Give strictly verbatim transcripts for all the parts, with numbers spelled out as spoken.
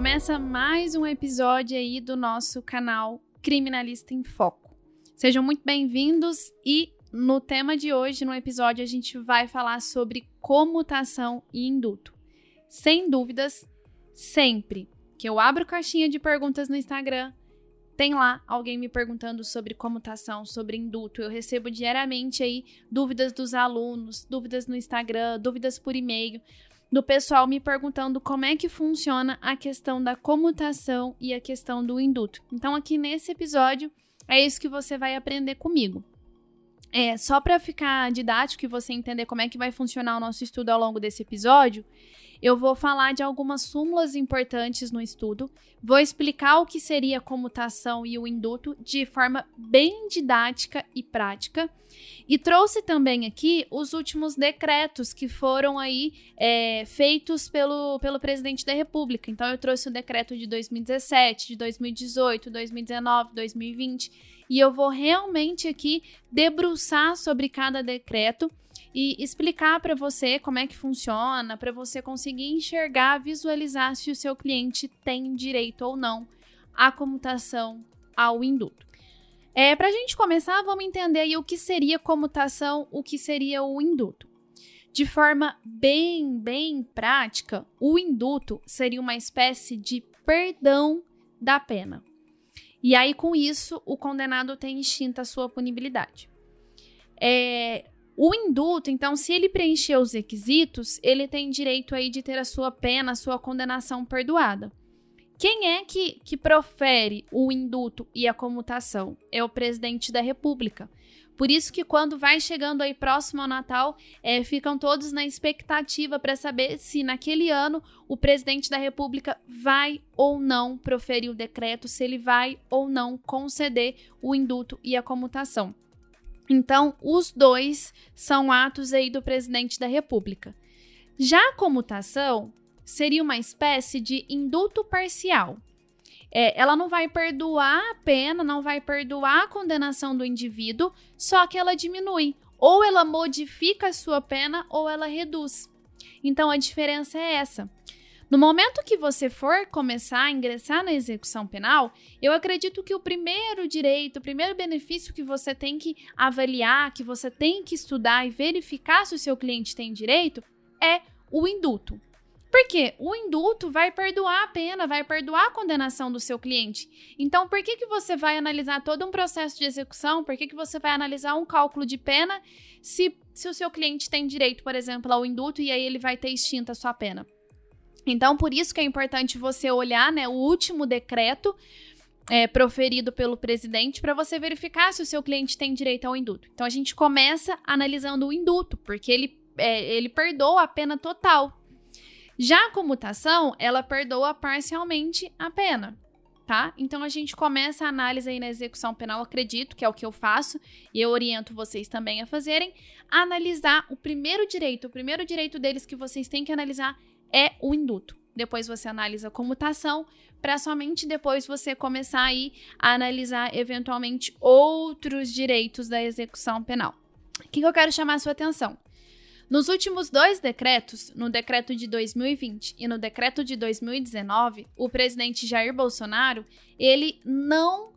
Começa mais um episódio aí do nosso canal Criminalista em Foco. Sejam muito bem-vindos e no tema de hoje, no episódio, a gente vai falar sobre comutação e indulto. Sem dúvidas, sempre que eu abro caixinha de perguntas no Instagram, tem lá alguém me perguntando sobre comutação, sobre indulto. Eu recebo diariamente aí dúvidas dos alunos, dúvidas no Instagram, dúvidas por e-mail, do pessoal me perguntando como é que funciona a questão da comutação e a questão do indulto. Então, aqui nesse episódio, é isso que você vai aprender comigo. É, só para ficar didático e você entender como é que vai funcionar o nosso estudo ao longo desse episódio, eu vou falar de algumas súmulas importantes no estudo, vou explicar o que seria a comutação e o indulto de forma bem didática e prática, e trouxe também aqui os últimos decretos que foram aí é, feitos pelo, pelo presidente da República. Então, eu trouxe o decreto de dois mil e dezessete, de dois mil e dezoito, dois mil e dezenove, dois mil e vinte, e eu vou realmente aqui debruçar sobre cada decreto e explicar para você como é que funciona, para você conseguir enxergar, visualizar se o seu cliente tem direito ou não à comutação, ao indulto. É, para a gente começar, vamos entender aí o que seria comutação, o que seria o indulto. De forma bem, bem prática, o indulto seria uma espécie de perdão da pena. E aí, com isso, o condenado tem extinta a sua punibilidade. É... O indulto, então, se ele preencher os requisitos, ele tem direito aí de ter a sua pena, a sua condenação perdoada. Quem é que, que profere o indulto e a comutação? É o presidente da República. Por isso que quando vai chegando aí próximo ao Natal, é, ficam todos na expectativa para saber se naquele ano o presidente da República vai ou não proferir o decreto, se ele vai ou não conceder o indulto e a comutação. Então, os dois são atos aí do presidente da República. Já a comutação seria uma espécie de indulto parcial. É, ela não vai perdoar a pena, não vai perdoar a condenação do indivíduo, só que ela diminui. Ou ela modifica a sua pena, ou ela reduz. Então, a diferença é essa. No momento que você for começar a ingressar na execução penal, eu acredito que o primeiro direito, o primeiro benefício que você tem que avaliar, que você tem que estudar e verificar se o seu cliente tem direito, é o indulto. Por quê? O indulto vai perdoar a pena, vai perdoar a condenação do seu cliente. Então, por que que você vai analisar todo um processo de execução? Por que que você vai analisar um cálculo de pena se, se o seu cliente tem direito, por exemplo, ao indulto e aí ele vai ter extinta a sua pena? Então, por isso que é importante você olhar, né, o último decreto é, proferido pelo presidente para você verificar se o seu cliente tem direito ao indulto. Então, a gente começa analisando o indulto, porque ele, é, ele perdoa a pena total. Já a comutação, ela perdoa parcialmente a pena, tá? Então, a gente começa a análise aí na execução penal, acredito que é o que eu faço, e eu oriento vocês também a fazerem, analisar o primeiro direito, o primeiro direito deles que vocês têm que analisar é o indulto. Depois você analisa a comutação, para somente depois você começar aí a analisar eventualmente outros direitos da execução penal. O que eu quero chamar a sua atenção? Nos últimos dois decretos, no decreto de dois mil e vinte e no decreto de dois mil e dezenove, o presidente Jair Bolsonaro, ele não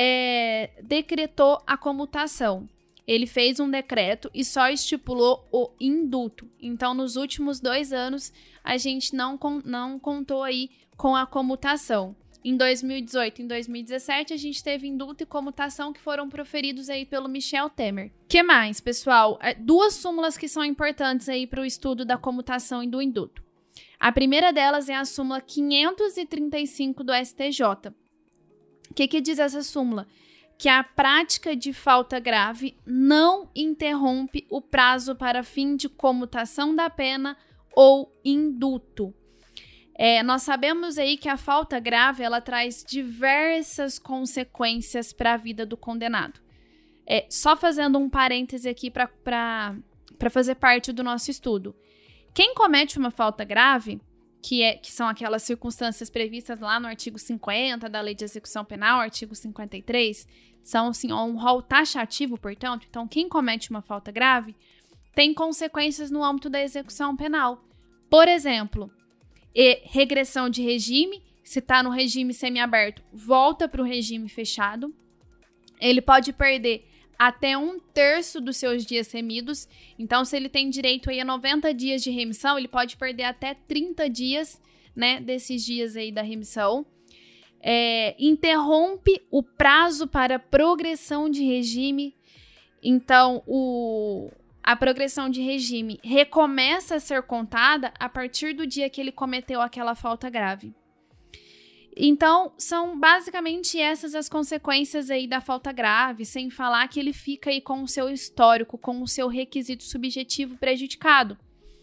é, decretou a comutação. Ele fez um decreto e só estipulou o indulto. Então, nos últimos dois anos, a gente não, não contou aí com a comutação. Em dois mil e dezoito e em dois mil e dezessete, a gente teve indulto e comutação que foram proferidos aí pelo Michel Temer. O que mais, pessoal? Duas súmulas que são importantes aí para o estudo da comutação e do indulto. A primeira delas é a súmula quinhentos e trinta e cinco do S T J. O que que diz essa súmula? Que a prática de falta grave não interrompe o prazo para fim de comutação da pena ou indulto. É, nós sabemos aí que a falta grave, ela traz diversas consequências para a vida do condenado. É, só fazendo um parêntese aqui para fazer parte do nosso estudo. Quem comete uma falta grave, que, é, que são aquelas circunstâncias previstas lá no artigo cinquenta da Lei de Execução Penal, artigo cinquenta e três, são assim, um rol taxativo, portanto. Então, quem comete uma falta grave tem consequências no âmbito da execução penal. Por exemplo, regressão de regime, se está no regime semiaberto, volta para o regime fechado. Ele pode perder até um terço dos seus dias remidos. Então, se ele tem direito aí a noventa dias de remissão, ele pode perder até trinta dias, né, desses dias aí da remissão. É, interrompe o prazo para progressão de regime. Então, o, a progressão de regime recomeça a ser contada a partir do dia que ele cometeu aquela falta grave. Então, são basicamente essas as consequências aí da falta grave, sem falar que ele fica aí com o seu histórico, com o seu requisito subjetivo prejudicado.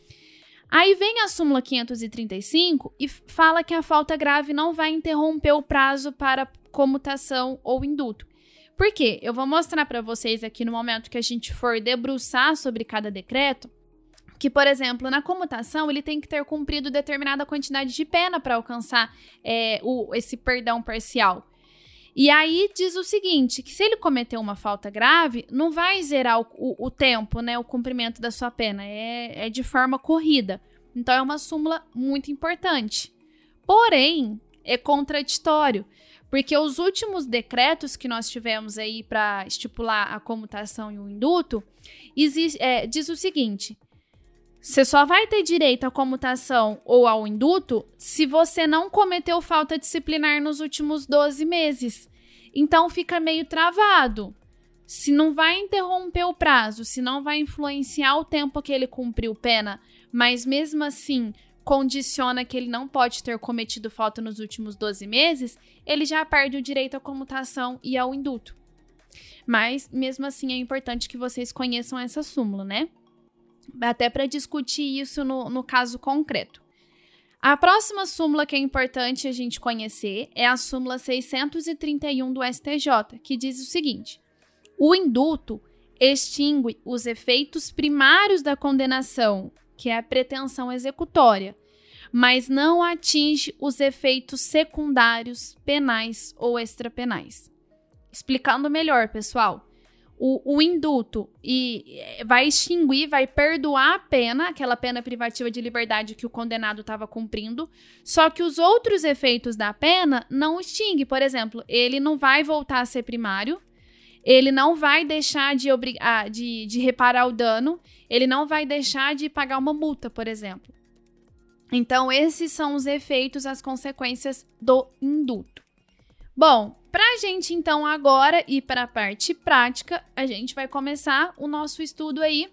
Aí vem a súmula quinhentos e trinta e cinco e fala que a falta grave não vai interromper o prazo para comutação ou indulto. Por quê? Eu vou mostrar para vocês aqui no momento que a gente for debruçar sobre cada decreto, que, por exemplo, na comutação, ele tem que ter cumprido determinada quantidade de pena para alcançar é, o, esse perdão parcial. E aí diz o seguinte, que se ele cometeu uma falta grave, não vai zerar o, o, o tempo, né, o cumprimento da sua pena, é, é de forma corrida. Então, é uma súmula muito importante. Porém, é contraditório, porque os últimos decretos que nós tivemos aí para estipular a comutação e o indulto, existe, é, diz o seguinte: você só vai ter direito à comutação ou ao indulto se você não cometeu falta disciplinar nos últimos doze meses. Então, fica meio travado. Se não vai interromper o prazo, se não vai influenciar o tempo que ele cumpriu pena, mas mesmo assim condiciona que ele não pode ter cometido falta nos últimos doze meses, ele já perde o direito à comutação e ao indulto. Mas, mesmo assim, é importante que vocês conheçam essa súmula, né? Até para discutir isso no, no caso concreto. A próxima súmula que é importante a gente conhecer é a súmula seiscentos e trinta e um do S T J, que diz o seguinte: o indulto extingue os efeitos primários da condenação, que é a pretensão executória, mas não atinge os efeitos secundários penais ou extrapenais. Explicando melhor, pessoal. O, o indulto e vai extinguir, vai perdoar a pena, aquela pena privativa de liberdade que o condenado estava cumprindo, só que os outros efeitos da pena não extingue. Por exemplo, ele não vai voltar a ser primário, ele não vai deixar de, obrigar, de, de reparar o dano, ele não vai deixar de pagar uma multa, por exemplo. Então, esses são os efeitos, as consequências do indulto. Bom, para a gente, então, agora ir para a parte prática, a gente vai começar o nosso estudo aí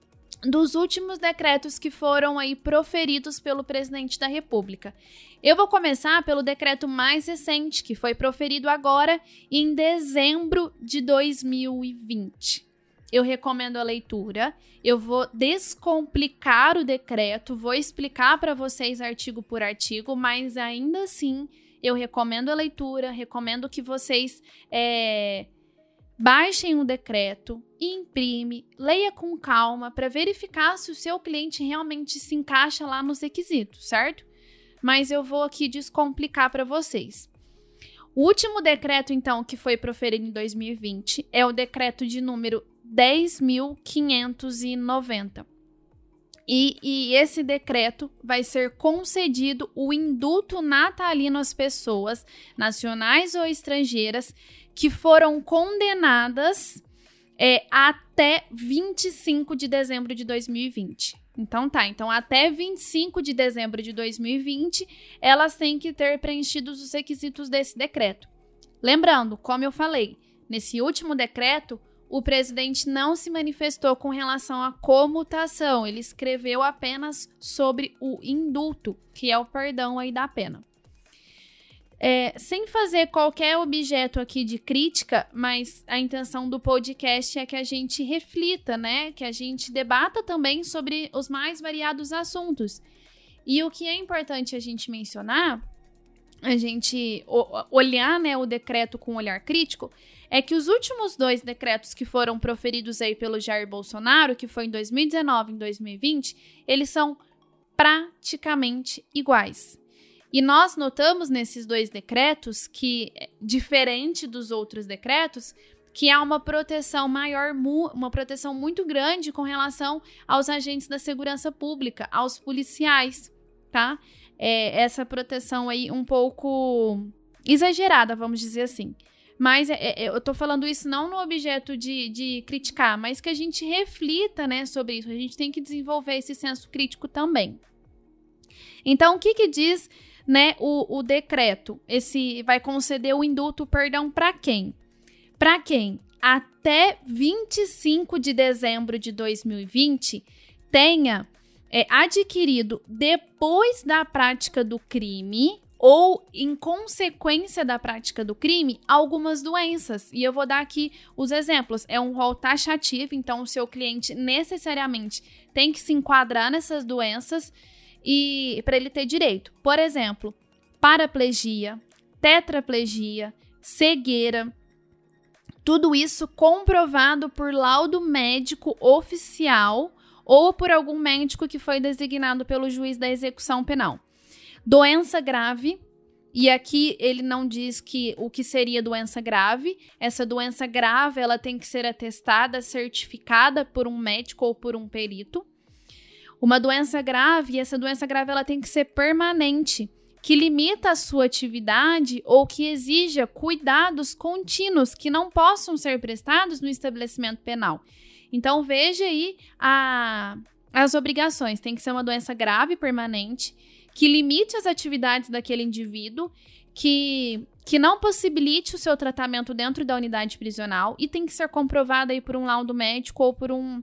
dos últimos decretos que foram aí proferidos pelo presidente da República. Eu vou começar pelo decreto mais recente, que foi proferido agora em dezembro de dois mil e vinte. Eu recomendo a leitura, eu vou descomplicar o decreto, vou explicar para vocês artigo por artigo, mas ainda assim eu recomendo a leitura, recomendo que vocês é, baixem o decreto, imprime, leia com calma para verificar se o seu cliente realmente se encaixa lá nos requisitos, certo? Mas eu vou aqui descomplicar para vocês. O último decreto, então, que foi proferido em dois mil e vinte é o decreto de número dez mil quinhentos e noventa. E, e esse decreto vai ser concedido o indulto natalino às pessoas, nacionais ou estrangeiras, que foram condenadas é, até vinte e cinco de dezembro de dois mil e vinte. Então tá, então até vinte e cinco de dezembro de dois mil e vinte, elas têm que ter preenchidos os requisitos desse decreto. Lembrando, como eu falei, nesse último decreto, o presidente não se manifestou com relação à comutação, ele escreveu apenas sobre o indulto, que é o perdão aí da pena. É, sem fazer qualquer objeto aqui de crítica, mas a intenção do podcast é que a gente reflita, né? Que a gente debata também sobre os mais variados assuntos. E o que é importante a gente mencionar, a gente olhar, né, o decreto com um olhar crítico, é que os últimos dois decretos que foram proferidos aí pelo Jair Bolsonaro, que foi em dois mil e dezenove e em dois mil e vinte, eles são praticamente iguais. E nós notamos nesses dois decretos que, diferente dos outros decretos, que há uma proteção maior, uma proteção muito grande com relação aos agentes da segurança pública, aos policiais. tá? É, essa proteção aí um pouco exagerada, vamos dizer assim. Mas é, é, eu tô falando isso não no objeto de, de criticar, mas que a gente reflita, né, sobre isso. A gente tem que desenvolver esse senso crítico também. Então, o que que diz, né, o, o decreto? Esse vai conceder o indulto, perdão, para quem? Para quem até vinte e cinco de dezembro de dois mil e vinte tenha é, adquirido depois da prática do crime ou em consequência da prática do crime, algumas doenças. E eu vou dar aqui os exemplos. É um rol taxativo, então o seu cliente necessariamente tem que se enquadrar nessas doenças e para ele ter direito. Por exemplo, paraplegia, tetraplegia, cegueira, tudo isso comprovado por laudo médico oficial ou por algum médico que foi designado pelo juiz da execução penal. Doença grave, e aqui ele não diz que o que seria doença grave. Essa doença grave, ela tem que ser atestada, certificada por um médico ou por um perito. Uma doença grave, e essa doença grave ela tem que ser permanente, que limita a sua atividade ou que exija cuidados contínuos que não possam ser prestados no estabelecimento penal. Então, veja aí a, as obrigações. Tem que ser uma doença grave, permanente, que limite as atividades daquele indivíduo, que, que não possibilite o seu tratamento dentro da unidade prisional e tem que ser comprovada aí por um laudo médico ou por um,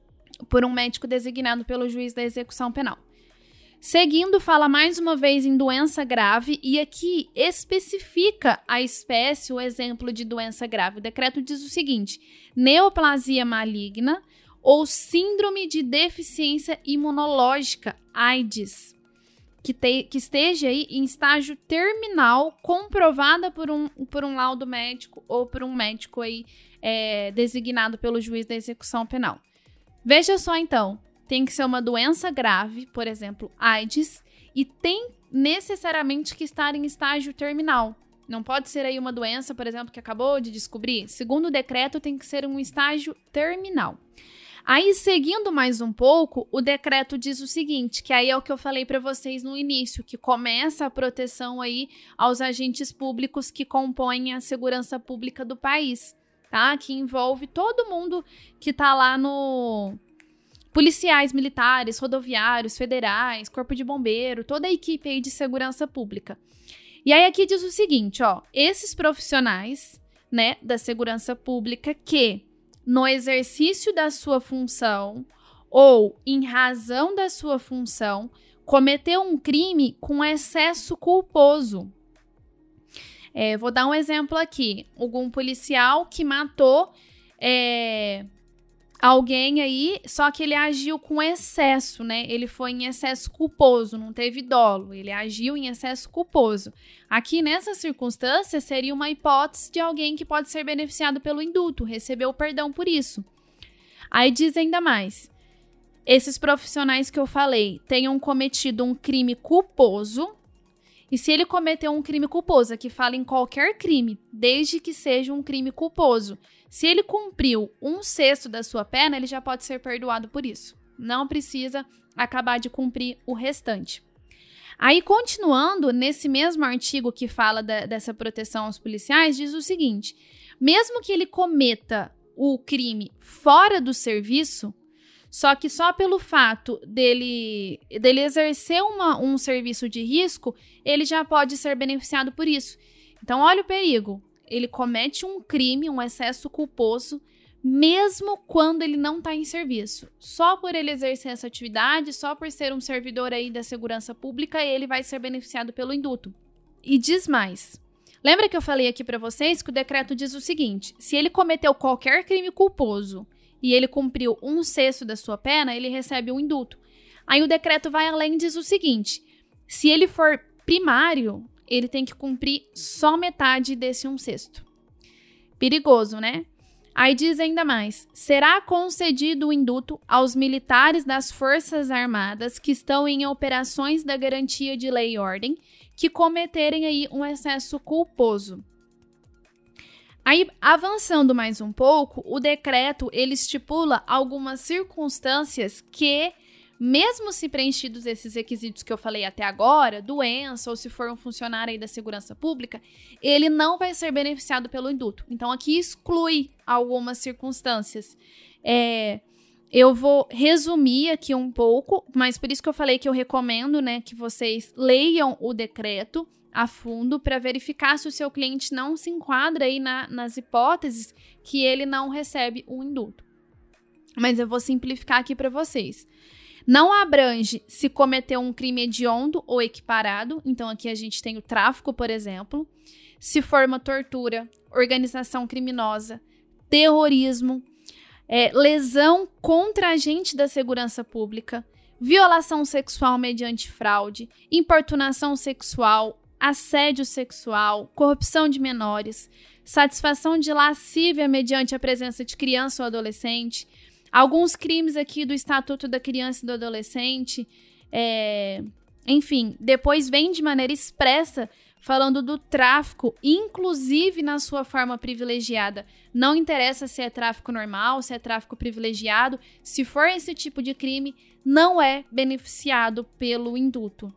por um médico designado pelo juiz da execução penal. Seguindo, fala mais uma vez em doença grave e aqui especifica a espécie, o exemplo de doença grave. O decreto diz o seguinte: neoplasia maligna ou síndrome de deficiência imunológica, AIDS, que, te, que esteja aí em estágio terminal, comprovada por um, por um laudo médico ou por um médico aí, é, designado pelo juiz da execução penal. Veja só então. Tem que ser uma doença grave, por exemplo, AIDS, e tem necessariamente que estar em estágio terminal. Não pode ser aí uma doença, por exemplo, que acabou de descobrir. Segundo o decreto, tem que ser um estágio terminal. Aí, seguindo mais um pouco, o decreto diz o seguinte, que aí é o que eu falei para vocês no início, que começa a proteção aí aos agentes públicos que compõem a segurança pública do país, tá? Que envolve todo mundo que tá lá no... policiais, militares, rodoviários, federais, corpo de bombeiro, toda a equipe aí de segurança pública. E aí aqui diz o seguinte, ó, esses profissionais, né, da segurança pública que, no exercício da sua função ou em razão da sua função, cometeu um crime com excesso culposo. É, vou dar um exemplo aqui. Algum policial que matou... É, alguém aí, só que ele agiu com excesso, né? Ele foi em excesso culposo, não teve dolo. Ele agiu em excesso culposo. Aqui, nessa circunstância, seria uma hipótese de alguém que pode ser beneficiado pelo indulto, recebeu perdão por isso. Aí diz ainda mais. Esses profissionais que eu falei tenham cometido um crime culposo. E se ele cometeu um crime culposo, aqui fala em qualquer crime, desde que seja um crime culposo, se ele cumpriu um sexto da sua pena, ele já pode ser perdoado por isso. Não precisa acabar de cumprir o restante. Aí, continuando, nesse mesmo artigo que fala da, dessa proteção aos policiais, diz o seguinte: mesmo que ele cometa o crime fora do serviço, só que só pelo fato dele, dele exercer uma, um serviço de risco, ele já pode ser beneficiado por isso. Então, olha o perigo. Ele comete um crime, um excesso culposo, mesmo quando ele não está em serviço. Só por ele exercer essa atividade, só por ser um servidor aí da segurança pública, ele vai ser beneficiado pelo indulto. E diz mais. Lembra que eu falei aqui para vocês que o decreto diz o seguinte: se ele cometeu qualquer crime culposo e ele cumpriu um sexto da sua pena, ele recebe um indulto. Aí o decreto vai além e diz o seguinte: se ele for primário, ele tem que cumprir só metade desse um sexto. Perigoso, né? Aí diz ainda mais: será concedido o indulto aos militares das Forças Armadas que estão em operações da garantia de lei e ordem, que cometerem aí um excesso culposo. Aí, avançando mais um pouco, o decreto ele estipula algumas circunstâncias que mesmo se preenchidos esses requisitos que eu falei até agora, doença ou se for um funcionário aí da segurança pública, ele não vai ser beneficiado pelo induto. Então, aqui exclui algumas circunstâncias. É, eu vou resumir aqui um pouco, mas por isso que eu falei que eu recomendo, né, que vocês leiam o decreto a fundo para verificar se o seu cliente não se enquadra aí na, nas hipóteses que ele não recebe o induto. Mas eu vou simplificar aqui para vocês. Não abrange se cometeu um crime hediondo ou equiparado. Então, aqui a gente tem o tráfico, por exemplo. Se for uma tortura, organização criminosa, terrorismo, é, lesão contra agente da segurança pública, violação sexual mediante fraude, importunação sexual, assédio sexual, corrupção de menores, satisfação de lascívia mediante a presença de criança ou adolescente. Alguns crimes aqui do Estatuto da Criança e do Adolescente, é, enfim, depois vem de maneira expressa falando do tráfico, inclusive na sua forma privilegiada. Não interessa se é tráfico normal, se é tráfico privilegiado, se for esse tipo de crime, não é beneficiado pelo induto.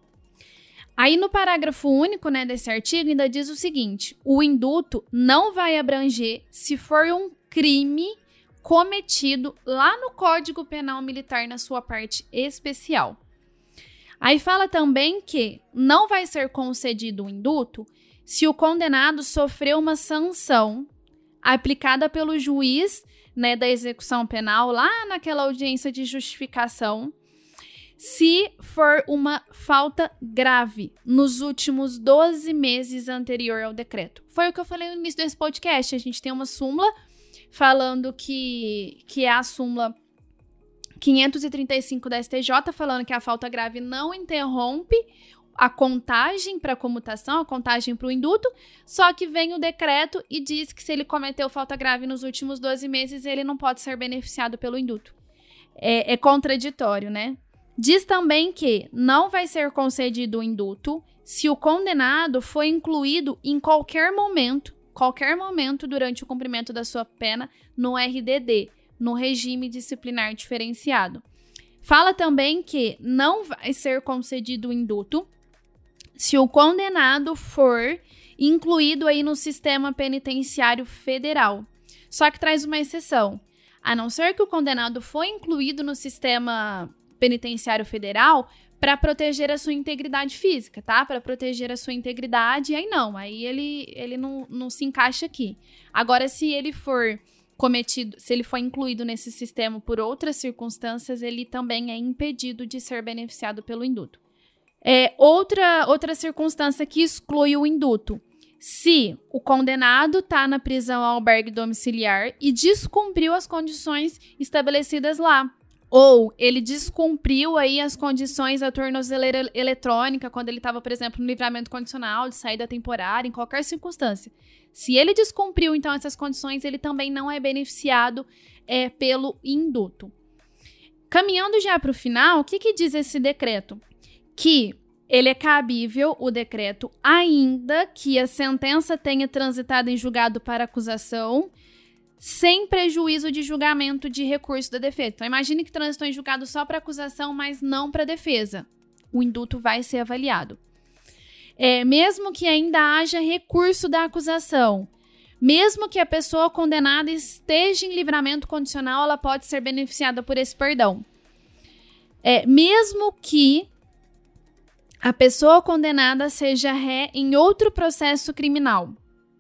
Aí no parágrafo único, né, desse artigo ainda diz o seguinte: o induto não vai abranger se for um crime cometido lá no Código Penal Militar na sua parte especial. Aí fala também que não vai ser concedido o induto se o condenado sofreu uma sanção aplicada pelo juiz, né, da execução penal lá naquela audiência de justificação, se for uma falta grave nos últimos doze meses anterior ao decreto. Foi o que eu falei no início desse podcast. A gente tem uma súmula falando que, que é a súmula quinhentos e trinta e cinco da S T J, falando que a falta grave não interrompe a contagem para comutação, a contagem para o induto, só que vem o decreto e diz que se ele cometeu falta grave nos últimos doze meses, ele não pode ser beneficiado pelo induto. É, é contraditório, né? Diz também que não vai ser concedido o induto se o condenado foi incluído em qualquer momento qualquer momento durante o cumprimento da sua pena no R D D, no regime disciplinar diferenciado. Fala também que não vai ser concedido o induto se o condenado for incluído aí no sistema penitenciário federal. Só que traz uma exceção. A não ser que o condenado foi incluído no sistema penitenciário federal para proteger a sua integridade física, tá? Para proteger a sua integridade, aí não, aí ele, ele não, não se encaixa aqui. Agora, se ele for cometido, se ele for incluído nesse sistema por outras circunstâncias, ele também é impedido de ser beneficiado pelo induto. É, outra, outra circunstância que exclui o induto: se o condenado está na prisão albergue domiciliar e descumpriu as condições estabelecidas lá, ou ele descumpriu aí as condições da tornozeleira eletrônica quando ele estava, por exemplo, no livramento condicional, de saída temporária, em qualquer circunstância. Se ele descumpriu, então, essas condições, ele também não é beneficiado é, pelo induto. Caminhando já para o final, o que, que diz esse decreto? Que ele é cabível, o decreto, ainda que a sentença tenha transitado em julgado para acusação, sem prejuízo de julgamento de recurso da defesa. Então, imagine que transitou em julgado só para acusação, mas não para defesa. O induto vai ser avaliado. É, mesmo que ainda haja recurso da acusação, mesmo que a pessoa condenada esteja em livramento condicional, ela pode ser beneficiada por esse perdão. É, mesmo que a pessoa condenada seja ré em outro processo criminal,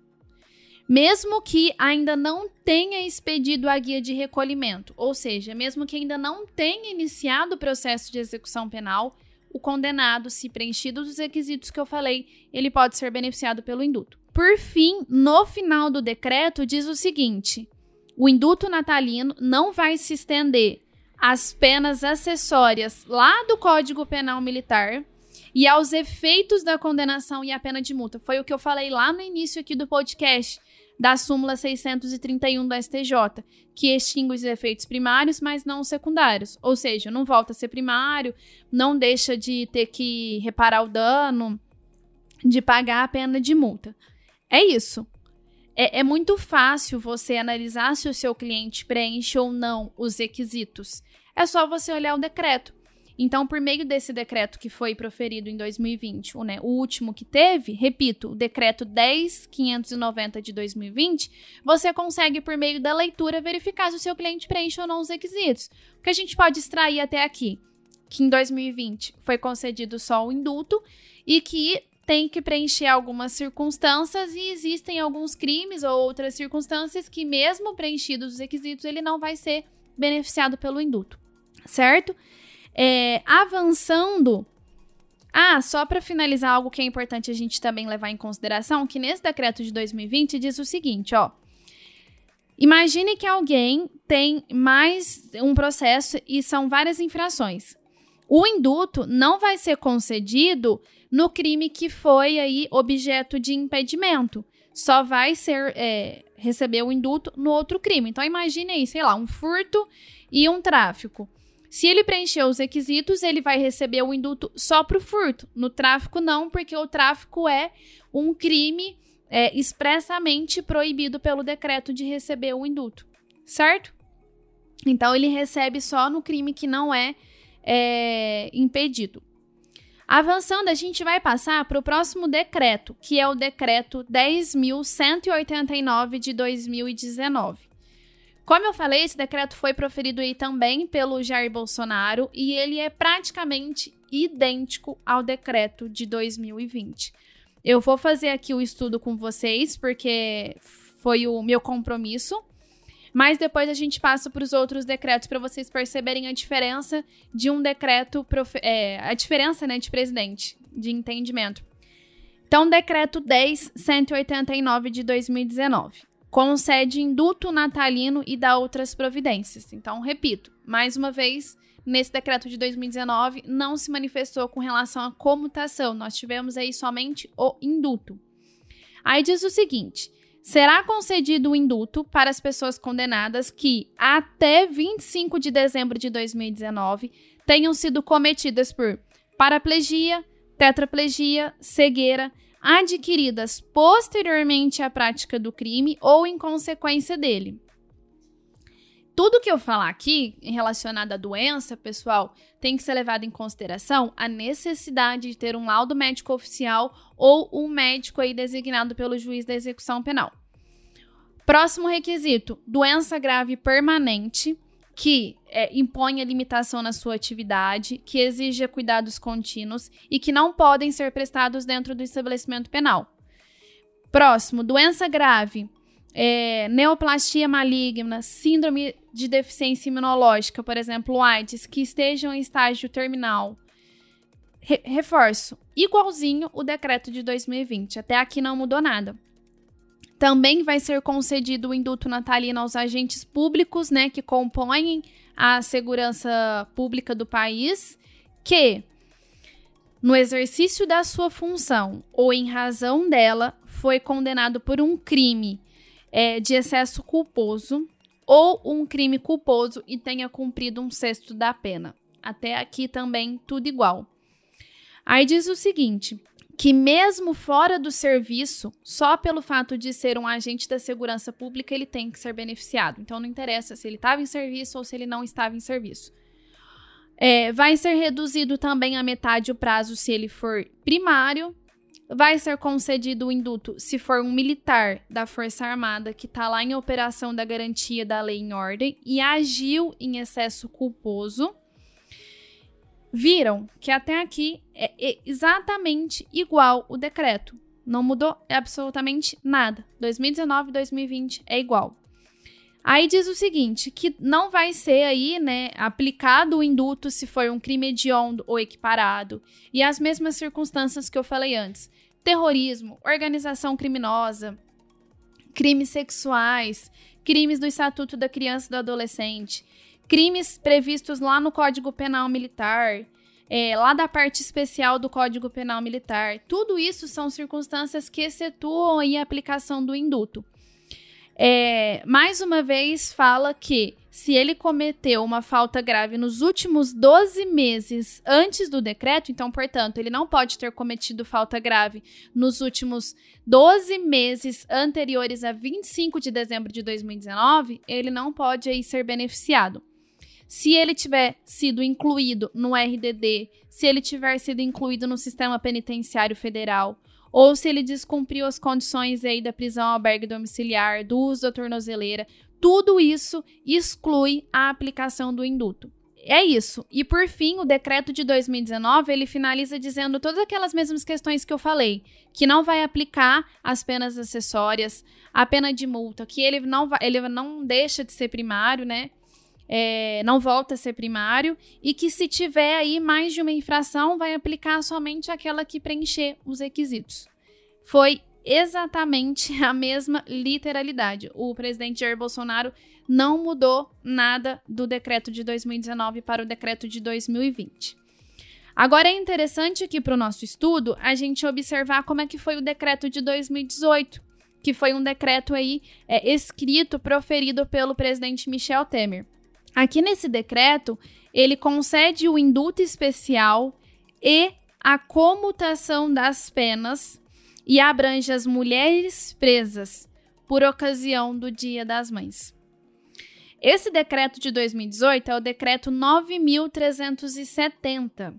mesmo que ainda não tenha expedido a guia de recolhimento, ou seja, mesmo que ainda não tenha iniciado o processo de execução penal, o condenado, se preenchidos os requisitos que eu falei, ele pode ser beneficiado pelo induto. Por fim, no final do decreto, diz o seguinte: o induto natalino não vai se estender às penas acessórias lá do Código Penal Militar e aos efeitos da condenação e a pena de multa. Foi o que eu falei lá no início aqui do podcast, da súmula seiscentos e trinta e um do S T J, que extingue os efeitos primários, mas não os secundários. Ou seja, não volta a ser primário, não deixa de ter que reparar o dano, de pagar a pena de multa. É isso. É, é muito fácil você analisar se o seu cliente preenche ou não os requisitos. É só você olhar o decreto. Então, por meio desse decreto que foi proferido em dois mil e vinte, o, né, o último que teve, repito, o decreto dez mil quinhentos e noventa de dois mil e vinte, você consegue, por meio da leitura, verificar se o seu cliente preenche ou não os requisitos. O que a gente pode extrair até aqui? Que em dois mil e vinte foi concedido só o indulto e que tem que preencher algumas circunstâncias e existem alguns crimes ou outras circunstâncias que, mesmo preenchidos os requisitos, ele não vai ser beneficiado pelo indulto, certo? É, avançando, ah, só para finalizar, algo que é importante a gente também levar em consideração, que nesse decreto de dois mil e vinte diz o seguinte, ó, imagine que alguém tem mais um processo e são várias infrações. O indulto não vai ser concedido no crime que foi aí objeto de impedimento, só vai ser é, receber o indulto no outro crime. Então imagine aí, sei lá, um furto e um tráfico. Se ele preencher os requisitos, ele vai receber o indulto só para o furto. No tráfico, não, porque o tráfico é um crime é, expressamente proibido pelo decreto de receber o indulto, certo? Então, ele recebe só no crime que não é, é impedido. Avançando, a gente vai passar para o próximo decreto, que é o decreto dez mil cento e oitenta e nove de dois mil e dezenove. Como eu falei, esse decreto foi proferido aí também pelo Jair Bolsonaro e ele é praticamente idêntico ao decreto de dois mil e vinte. Eu vou fazer aqui o estudo com vocês, porque foi o meu compromisso, mas depois a gente passa para os outros decretos para vocês perceberem a diferença de um decreto, é, a diferença, né, de presidente, de entendimento. Então, decreto dez mil cento e oitenta e nove de dois mil e dezenove. Concede indulto natalino e dá outras providências. Então, repito, mais uma vez, nesse decreto de dois mil e dezenove, não se manifestou com relação à comutação. Nós tivemos aí somente o indulto. Aí diz o seguinte, será concedido o indulto para as pessoas condenadas que, até vinte e cinco de dezembro de dois mil e dezenove, tenham sido cometidas por paraplegia, tetraplegia, cegueira, adquiridas posteriormente à prática do crime ou em consequência dele. Tudo que eu falar aqui relacionado à doença, pessoal, tem que ser levado em consideração a necessidade de ter um laudo médico oficial ou um médico aí designado pelo juiz da execução penal. Próximo requisito, doença grave permanente, que é, imponha limitação na sua atividade, que exija cuidados contínuos e que não podem ser prestados dentro do estabelecimento penal. Próximo, doença grave, é, neoplastia maligna, síndrome de deficiência imunológica, por exemplo, AIDS, que estejam em estágio terminal. Re- reforço, igualzinho o decreto de dois mil e vinte, até aqui não mudou nada. Também vai ser concedido o indulto natalino aos agentes públicos, né, que compõem a segurança pública do país, que, no exercício da sua função ou em razão dela, foi condenado por um crime é, de excesso culposo ou um crime culposo e tenha cumprido um sexto da pena. Até aqui também tudo igual. Aí diz o seguinte, que mesmo fora do serviço, só pelo fato de ser um agente da segurança pública, ele tem que ser beneficiado. Então, não interessa se ele estava em serviço ou se ele não estava em serviço. É, vai ser reduzido também a metade o prazo se ele for primário. Vai ser concedido o indulto se for um militar da Força Armada que está lá em operação da garantia da lei em ordem e agiu em excesso culposo. Viram que até aqui é exatamente igual o decreto. Não mudou absolutamente nada. dois mil e dezenove e dois mil e vinte é igual. Aí diz o seguinte, que não vai ser aí, né, aplicado o indulto se for um crime hediondo ou equiparado. E as mesmas circunstâncias que eu falei antes. Terrorismo, organização criminosa, crimes sexuais, crimes do Estatuto da Criança e do Adolescente, crimes previstos lá no Código Penal Militar, é, lá da parte especial do Código Penal Militar. Tudo isso são circunstâncias que excetuam aí a aplicação do indulto. É, mais uma vez, fala que se ele cometeu uma falta grave nos últimos doze meses antes do decreto, então, portanto, ele não pode ter cometido falta grave nos últimos doze meses anteriores a vinte e cinco de dezembro de dois mil e dezenove, ele não pode aí ser beneficiado. se ele tiver sido incluído no R D D, se ele tiver sido incluído no sistema penitenciário federal, ou se ele descumpriu as condições aí da prisão albergue domiciliar, do uso da tornozeleira, tudo isso exclui a aplicação do induto. É isso. E por fim, o decreto de dois mil e dezenove, ele finaliza dizendo todas aquelas mesmas questões que eu falei, que não vai aplicar as penas acessórias, a pena de multa, que ele não, vai, ele não deixa de ser primário, né? É, não volta a ser primário, e que se tiver aí mais de uma infração, vai aplicar somente aquela que preencher os requisitos. Foi exatamente a mesma literalidade. O presidente Jair Bolsonaro não mudou nada do decreto de dois mil e dezenove para o decreto de dois mil e vinte. Agora é interessante aqui para o nosso estudo a gente observar como é que foi o decreto de dois mil e dezoito, que foi um decreto aí é, escrito, proferido pelo presidente Michel Temer. Aqui nesse decreto, ele concede o induto especial e a comutação das penas e abrange as mulheres presas por ocasião do Dia das Mães. Esse decreto de dois mil e dezoito é o decreto nove mil trezentos e setenta.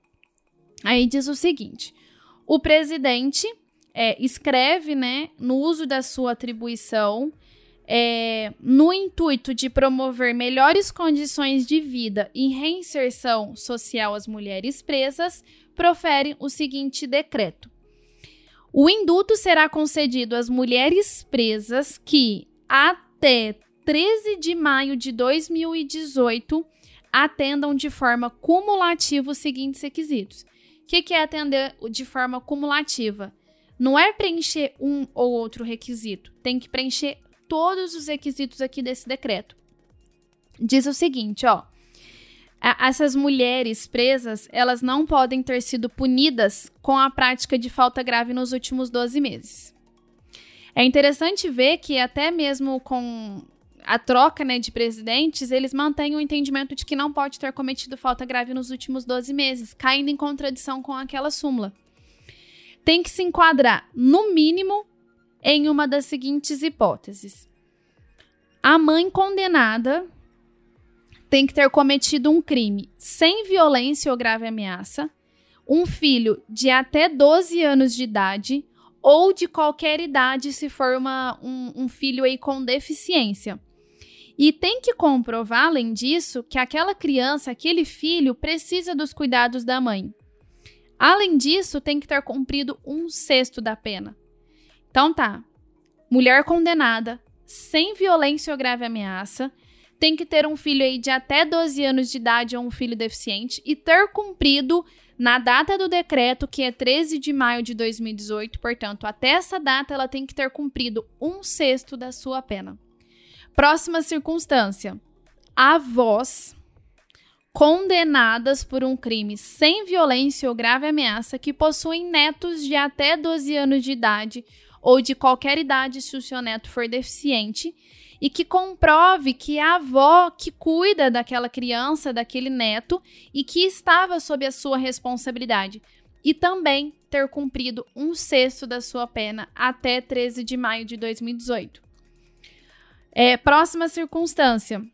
Aí diz o seguinte: o presidente é, escreve, né, no uso da sua atribuição, É, no intuito de promover melhores condições de vida e reinserção social às mulheres presas, profere o seguinte decreto. O induto será concedido às mulheres presas que, até treze de maio de dois mil e dezoito, atendam de forma cumulativa os seguintes requisitos. O que, que é atender de forma cumulativa? Não é preencher um ou outro requisito, tem que preencher todos os requisitos aqui desse decreto. Diz o seguinte, ó, essas mulheres presas, elas não podem ter sido punidas com a prática de falta grave nos últimos doze meses. É interessante ver que até mesmo com a troca, né, de presidentes, eles mantêm o entendimento de que não pode ter cometido falta grave nos últimos doze meses, caindo em contradição com aquela súmula. Tem que se enquadrar, no mínimo, em uma das seguintes hipóteses. A mãe condenada tem que ter cometido um crime sem violência ou grave ameaça, um filho de até doze anos de idade ou de qualquer idade se for uma, um, um filho aí com deficiência. E tem que comprovar, além disso, que aquela criança, aquele filho, precisa dos cuidados da mãe. Além disso, tem que ter cumprido um sexto da pena. Então tá, mulher condenada, sem violência ou grave ameaça, tem que ter um filho aí de até doze anos de idade ou um filho deficiente e ter cumprido na data do decreto, que é treze de maio de dois mil e dezoito, portanto, até essa data ela tem que ter cumprido um sexto da sua pena. Próxima circunstância, avós condenadas por um crime sem violência ou grave ameaça que possuem netos de até doze anos de idade ou de qualquer idade se o seu neto for deficiente, e que comprove que a avó que cuida daquela criança, daquele neto, e que estava sob a sua responsabilidade, e também ter cumprido um sexto da sua pena até treze de maio de dois mil e dezoito. É, próxima circunstância,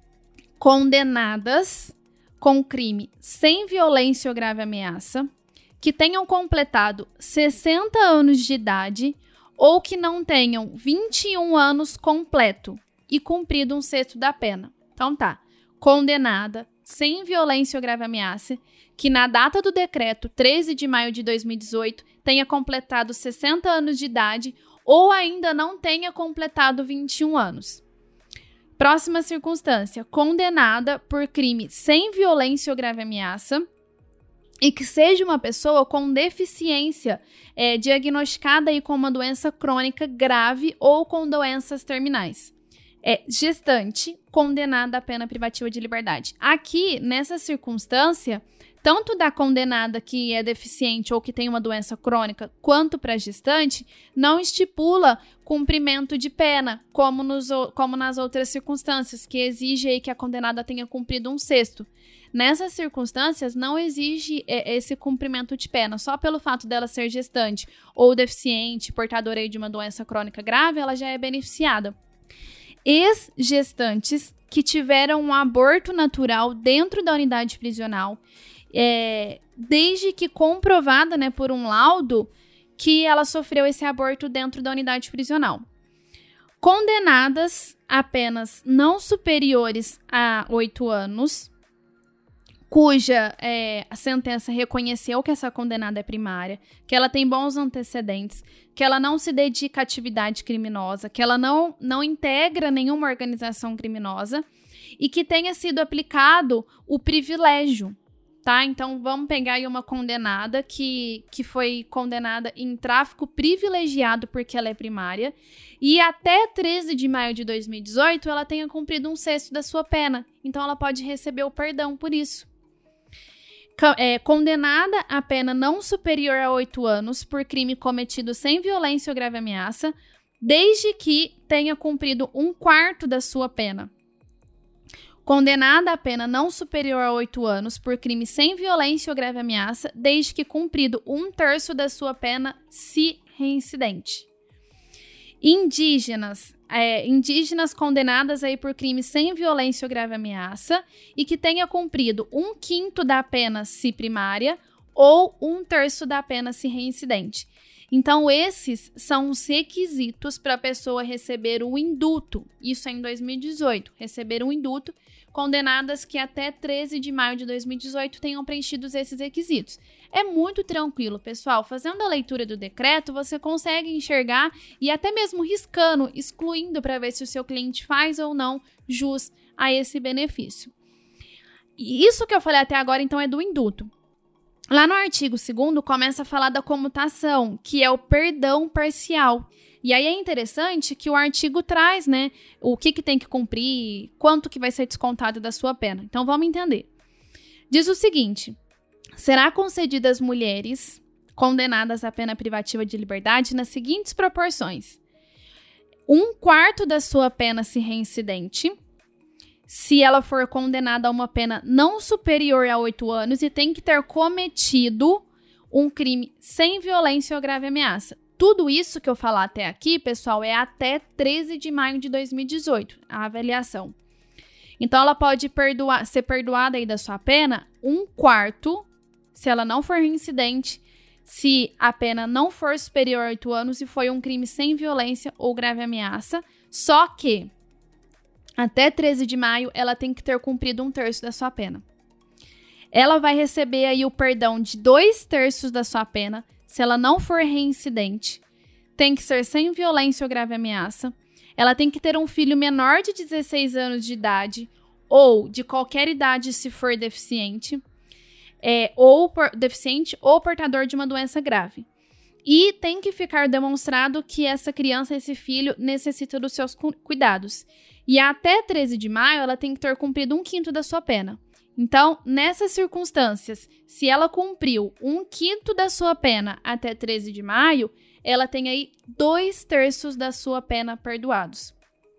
condenadas com crime sem violência ou grave ameaça, que tenham completado sessenta anos de idade ou que não tenham vinte e um anos completo e cumprido um sexto da pena. Então tá, condenada, sem violência ou grave ameaça, que na data do decreto, treze de maio de dois mil e dezoito, tenha completado sessenta anos de idade ou ainda não tenha completado vinte e um anos. Próxima circunstância, condenada por crime sem violência ou grave ameaça, e que seja uma pessoa com deficiência é, diagnosticada aí com uma doença crônica grave ou com doenças terminais. É, gestante condenada à pena privativa de liberdade. Aqui, nessa circunstância, tanto da condenada que é deficiente ou que tem uma doença crônica, quanto para a gestante, não estipula cumprimento de pena, como, nos, como nas outras circunstâncias, que exige aí que a condenada tenha cumprido um sexto. Nessas circunstâncias, não exige esse cumprimento de pena. Só pelo fato dela ser gestante ou deficiente, portadora aí de uma doença crônica grave, ela já é beneficiada. Ex-gestantes que tiveram um aborto natural dentro da unidade prisional, é, desde que comprovada, né, por um laudo que ela sofreu esse aborto dentro da unidade prisional. Condenadas a penas não superiores a oito anos, cuja é, a sentença reconheceu que essa condenada é primária, que ela tem bons antecedentes, que ela não se dedica à atividade criminosa, que ela não, não integra nenhuma organização criminosa e que tenha sido aplicado o privilégio, tá? Então, vamos pegar aí uma condenada que, que foi condenada em tráfico privilegiado porque ela é primária e até treze de maio de dois mil e dezoito ela tenha cumprido um sexto da sua pena. Então, ela pode receber o perdão por isso. É, condenada a pena não superior a oito anos por crime cometido sem violência ou grave ameaça, desde que tenha cumprido um quarto da sua pena. Condenada a pena não superior a oito anos por crime sem violência ou grave ameaça, desde que cumprido um terço da sua pena, se reincidente. Indígenas, é, indígenas condenadas aí por crime sem violência ou grave ameaça e que tenha cumprido um quinto da pena se primária ou um terço da pena se reincidente. Então, esses são os requisitos para a pessoa receber o indulto. Isso é em dois mil e dezoito, receber um indulto, condenadas que até treze de maio de dois mil e dezoito tenham preenchido esses requisitos. É muito tranquilo, pessoal. Fazendo a leitura do decreto, você consegue enxergar e até mesmo riscando, excluindo para ver se o seu cliente faz ou não jus a esse benefício. E isso que eu falei até agora, então, é do indulto. Lá no artigo segundo começa a falar da comutação, que é o perdão parcial. E aí é interessante que o artigo traz, né, o que, que tem que cumprir, quanto que vai ser descontado da sua pena. Então, vamos entender. Diz o seguinte: será concedida às mulheres condenadas à pena privativa de liberdade nas seguintes proporções: um quarto da sua pena se reincidente, se ela for condenada a uma pena não superior a oito anos e tem que ter cometido um crime sem violência ou grave ameaça. Tudo isso que eu falar até aqui, pessoal, é até treze de maio de dois mil e dezoito, a avaliação. Então, ela pode perdoar, ser perdoada aí da sua pena um quarto, se ela não for reincidente, se a pena não for superior a oito anos e foi um crime sem violência ou grave ameaça, só que até treze de maio, ela tem que ter cumprido um terço da sua pena. Ela vai receber aí o perdão de dois terços da sua pena, se ela não for reincidente. Tem que ser sem violência ou grave ameaça. Ela tem que ter um filho menor de dezesseis anos de idade, ou de qualquer idade se for deficiente, é, ou por, deficiente ou portador de uma doença grave. E tem que ficar demonstrado que essa criança, esse filho, necessita dos seus cu- cuidados. E até treze de maio, ela tem que ter cumprido um quinto da sua pena. Então, nessas circunstâncias, se ela cumpriu um quinto da sua pena até treze de maio, ela tem aí dois terços da sua pena perdoados.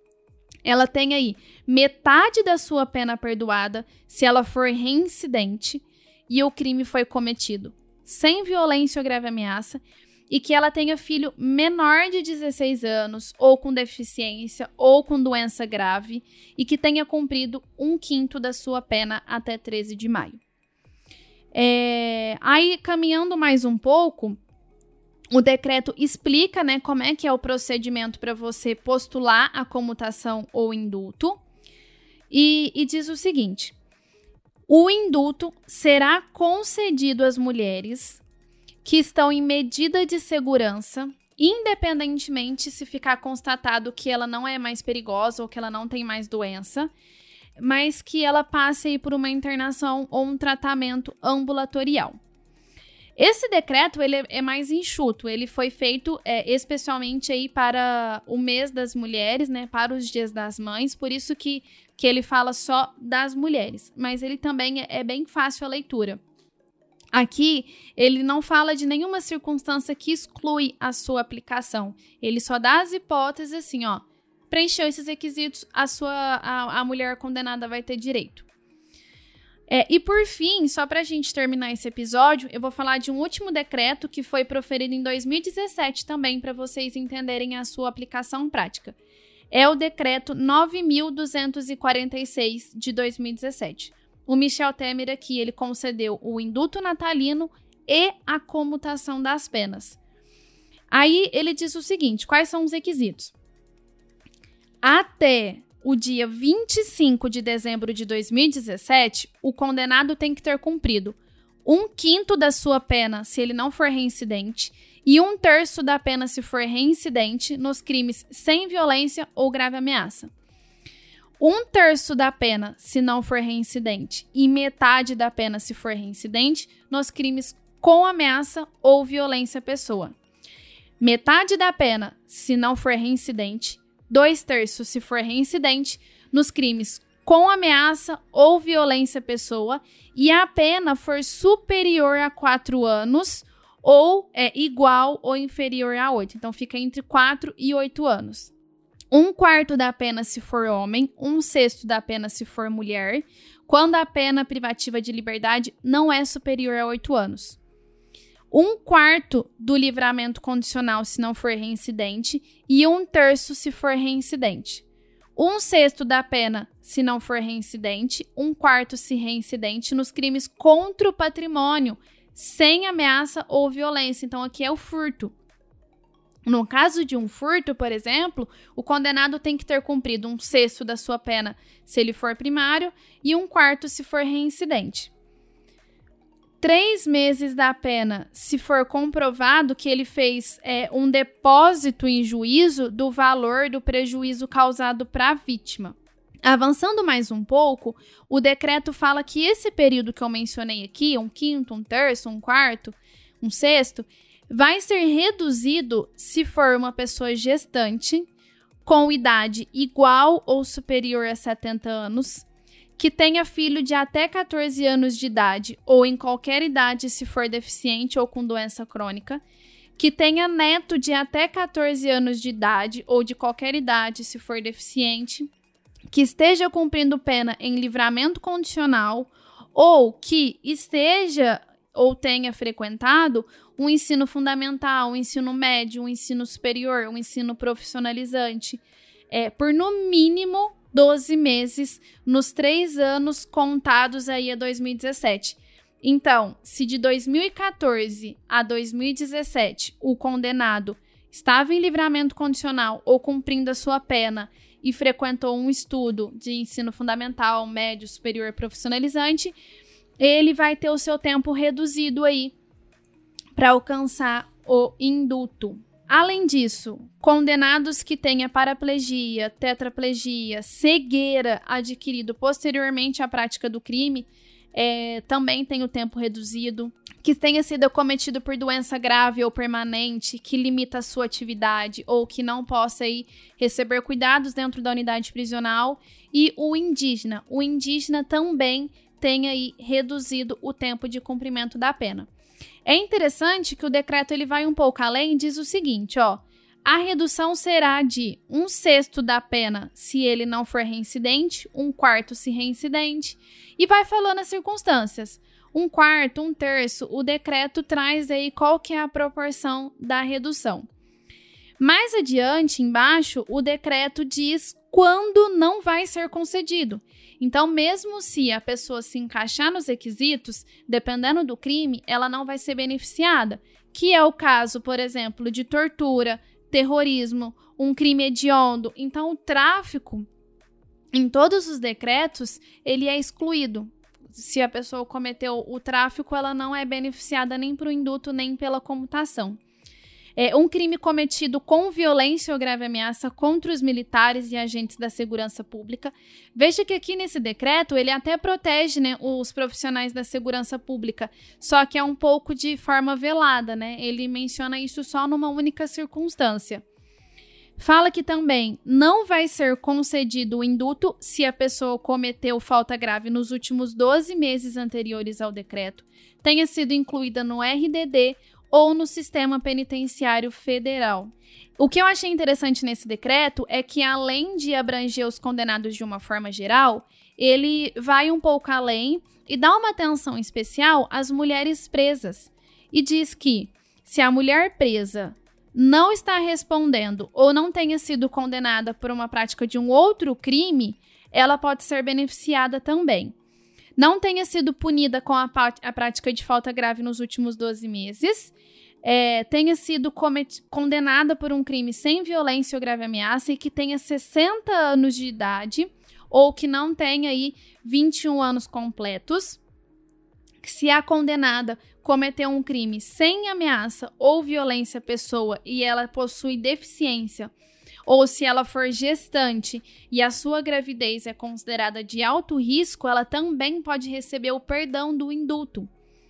Ela tem aí metade da sua pena perdoada se ela for reincidente e o crime foi cometido sem violência ou grave ameaça, e que ela tenha filho menor de dezesseis anos, ou com deficiência, ou com doença grave, e que tenha cumprido um quinto da sua pena até treze de maio. É, aí, caminhando mais um pouco, o decreto explica, né, como é que é o procedimento para você postular a comutação ou indulto, e, e diz o seguinte: o indulto será concedido às mulheres que estão em medida de segurança, independentemente se ficar constatado que ela não é mais perigosa ou que ela não tem mais doença, mas que ela passe aí por uma internação ou um tratamento ambulatorial. Esse decreto ele é mais enxuto, ele foi feito é, especialmente aí para o mês das mulheres, né, para os dias das mães, por isso que, que ele fala só das mulheres, mas ele também é, é bem fácil a leitura. Aqui, ele não fala de nenhuma circunstância que exclui a sua aplicação. Ele só dá as hipóteses assim, ó. Preencheu esses requisitos, a, sua, a, a mulher condenada vai ter direito. É, e por fim, só para a gente terminar esse episódio, eu vou falar de um último decreto que foi proferido em dois mil e dezessete também, para vocês entenderem a sua aplicação prática. é o decreto nove mil duzentos e quarenta e seis de dois mil e dezessete. O Michel Temer aqui, ele concedeu o indulto natalino e a comutação das penas. Aí ele diz o seguinte, quais são os requisitos? Até o dia vinte e cinco de dezembro de dois mil e dezessete, o condenado tem que ter cumprido um quinto da sua pena se ele não for reincidente e um terço da pena se for reincidente nos crimes sem violência ou grave ameaça. Um terço da pena se não for reincidente e metade da pena se for reincidente nos crimes com ameaça ou violência à pessoa. Metade da pena se não for reincidente, dois terços se for reincidente nos crimes com ameaça ou violência à pessoa e a pena for superior a quatro anos ou é igual ou inferior a oito. Então, fica entre quatro e oito anos. Um quarto da pena se for homem, um sexto da pena se for mulher, quando a pena privativa de liberdade não é superior a oito anos. Um quarto do livramento condicional se não for reincidente e um terço se for reincidente. Um sexto da pena se não for reincidente, um quarto se reincidente nos crimes contra o patrimônio, sem ameaça ou violência. Então, aqui é o furto. No caso de um furto, por exemplo, o condenado tem que ter cumprido um sexto da sua pena se ele for primário e um quarto se for reincidente. Três meses da pena se for comprovado que ele fez é, um depósito em juízo do valor do prejuízo causado para a vítima. Avançando mais um pouco, o decreto fala que esse período que eu mencionei aqui, um quinto, um terço, um quarto, um sexto, vai ser reduzido se for uma pessoa gestante, com idade igual ou superior a setenta anos, que tenha filho de até quatorze anos de idade ou em qualquer idade se for deficiente ou com doença crônica, que tenha neto de até quatorze anos de idade ou de qualquer idade se for deficiente, que esteja cumprindo pena em livramento condicional ou que esteja ou tenha frequentado um ensino fundamental, um ensino médio, um ensino superior, um ensino profissionalizante, é, por no mínimo doze meses nos três anos contados aí a dois mil e dezessete. Então, se de dois mil e quatorze a dois mil e dezessete o condenado estava em livramento condicional ou cumprindo a sua pena e frequentou um estudo de ensino fundamental, médio, superior, profissionalizante, ele vai ter o seu tempo reduzido aí para alcançar o indulto. Além disso, condenados que tenha paraplegia, tetraplegia, cegueira adquirido posteriormente à prática do crime, é, também tem o tempo reduzido. Que tenha sido acometido por doença grave ou permanente, que limita a sua atividade ou que não possa aí, receber cuidados dentro da unidade prisional. E o indígena. O indígena também tem aí reduzido o tempo de cumprimento da pena. É interessante que o decreto ele vai um pouco além e diz o seguinte, ó, a redução será de um sexto da pena se ele não for reincidente, um quarto se reincidente, e vai falando as circunstâncias. Um quarto, um terço, o decreto traz aí qual que é a proporção da redução. Mais adiante, embaixo, o decreto diz quando não vai ser concedido. Então, mesmo se a pessoa se encaixar nos requisitos, dependendo do crime, ela não vai ser beneficiada, que é o caso, por exemplo, de tortura, terrorismo, um crime hediondo. Então, o tráfico, em todos os decretos, ele é excluído. Se a pessoa cometeu o tráfico, ela não é beneficiada nem para o indulto, nem pela comutação. É um crime cometido com violência ou grave ameaça contra os militares e agentes da segurança pública. Veja que aqui nesse decreto, ele até protege, né, os profissionais da segurança pública, só que é um pouco de forma velada, né? Ele menciona isso só numa única circunstância. Fala que também não vai ser concedido o indulto se a pessoa cometeu falta grave nos últimos doze meses anteriores ao decreto, tenha sido incluída no R D D ou no Sistema Penitenciário Federal. O que eu achei interessante nesse decreto é que, além de abranger os condenados de uma forma geral, ele vai um pouco além e dá uma atenção especial às mulheres presas. E diz que, se a mulher presa não está respondendo ou não tenha sido condenada por uma prática de um outro crime, ela pode ser beneficiada também. Não tenha sido punida com a, a prática de falta grave nos últimos doze meses, é, tenha sido comet- condenada por um crime sem violência ou grave ameaça e que tenha sessenta anos de idade ou que não tenha aí vinte e um anos completos. Se a condenada cometeu um crime sem ameaça ou violência à pessoa e ela possui deficiência, ou se ela for gestante e a sua gravidez é considerada de alto risco, ela também pode receber o perdão do indulto.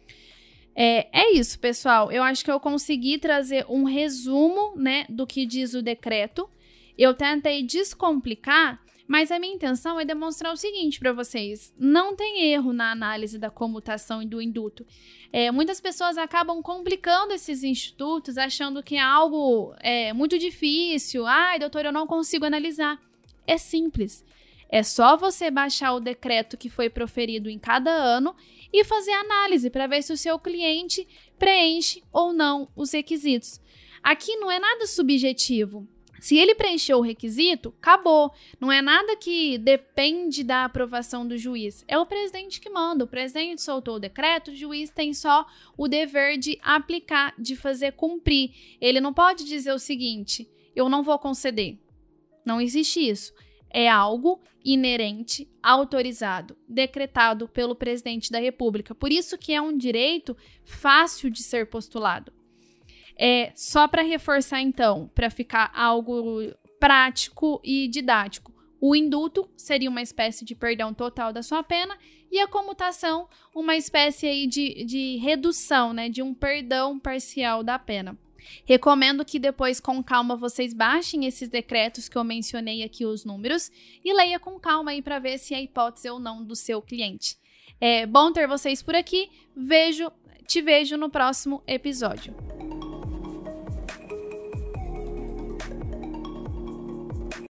É, é isso, pessoal. Eu acho que eu consegui trazer um resumo, né, do que diz o decreto. Eu tentei descomplicar, mas a minha intenção é demonstrar o seguinte para vocês: não tem erro na análise da comutação e do indulto. É, muitas pessoas acabam complicando esses institutos, achando que é algo é, muito difícil. Ai, doutor, eu não consigo analisar. É simples. É só você baixar o decreto que foi proferido em cada ano e fazer análise para ver se o seu cliente preenche ou não os requisitos. Aqui não é nada subjetivo. Se ele preencheu o requisito, acabou. Não é nada que depende da aprovação do juiz. É o presidente que manda. O presidente soltou o decreto, o juiz tem só o dever de aplicar, de fazer cumprir. Ele não pode dizer o seguinte: eu não vou conceder. Não existe isso. É algo inerente, autorizado, decretado pelo presidente da República. Por isso que é um direito fácil de ser postulado. É, só para reforçar, então, para ficar algo prático e didático, o indulto seria uma espécie de perdão total da sua pena e a comutação uma espécie aí de, de redução, né, de um perdão parcial da pena. Recomendo que depois, com calma, vocês baixem esses decretos que eu mencionei aqui, os números, e leia com calma aí para ver se é hipótese ou não do seu cliente. É bom ter vocês por aqui. Vejo, te vejo no próximo episódio.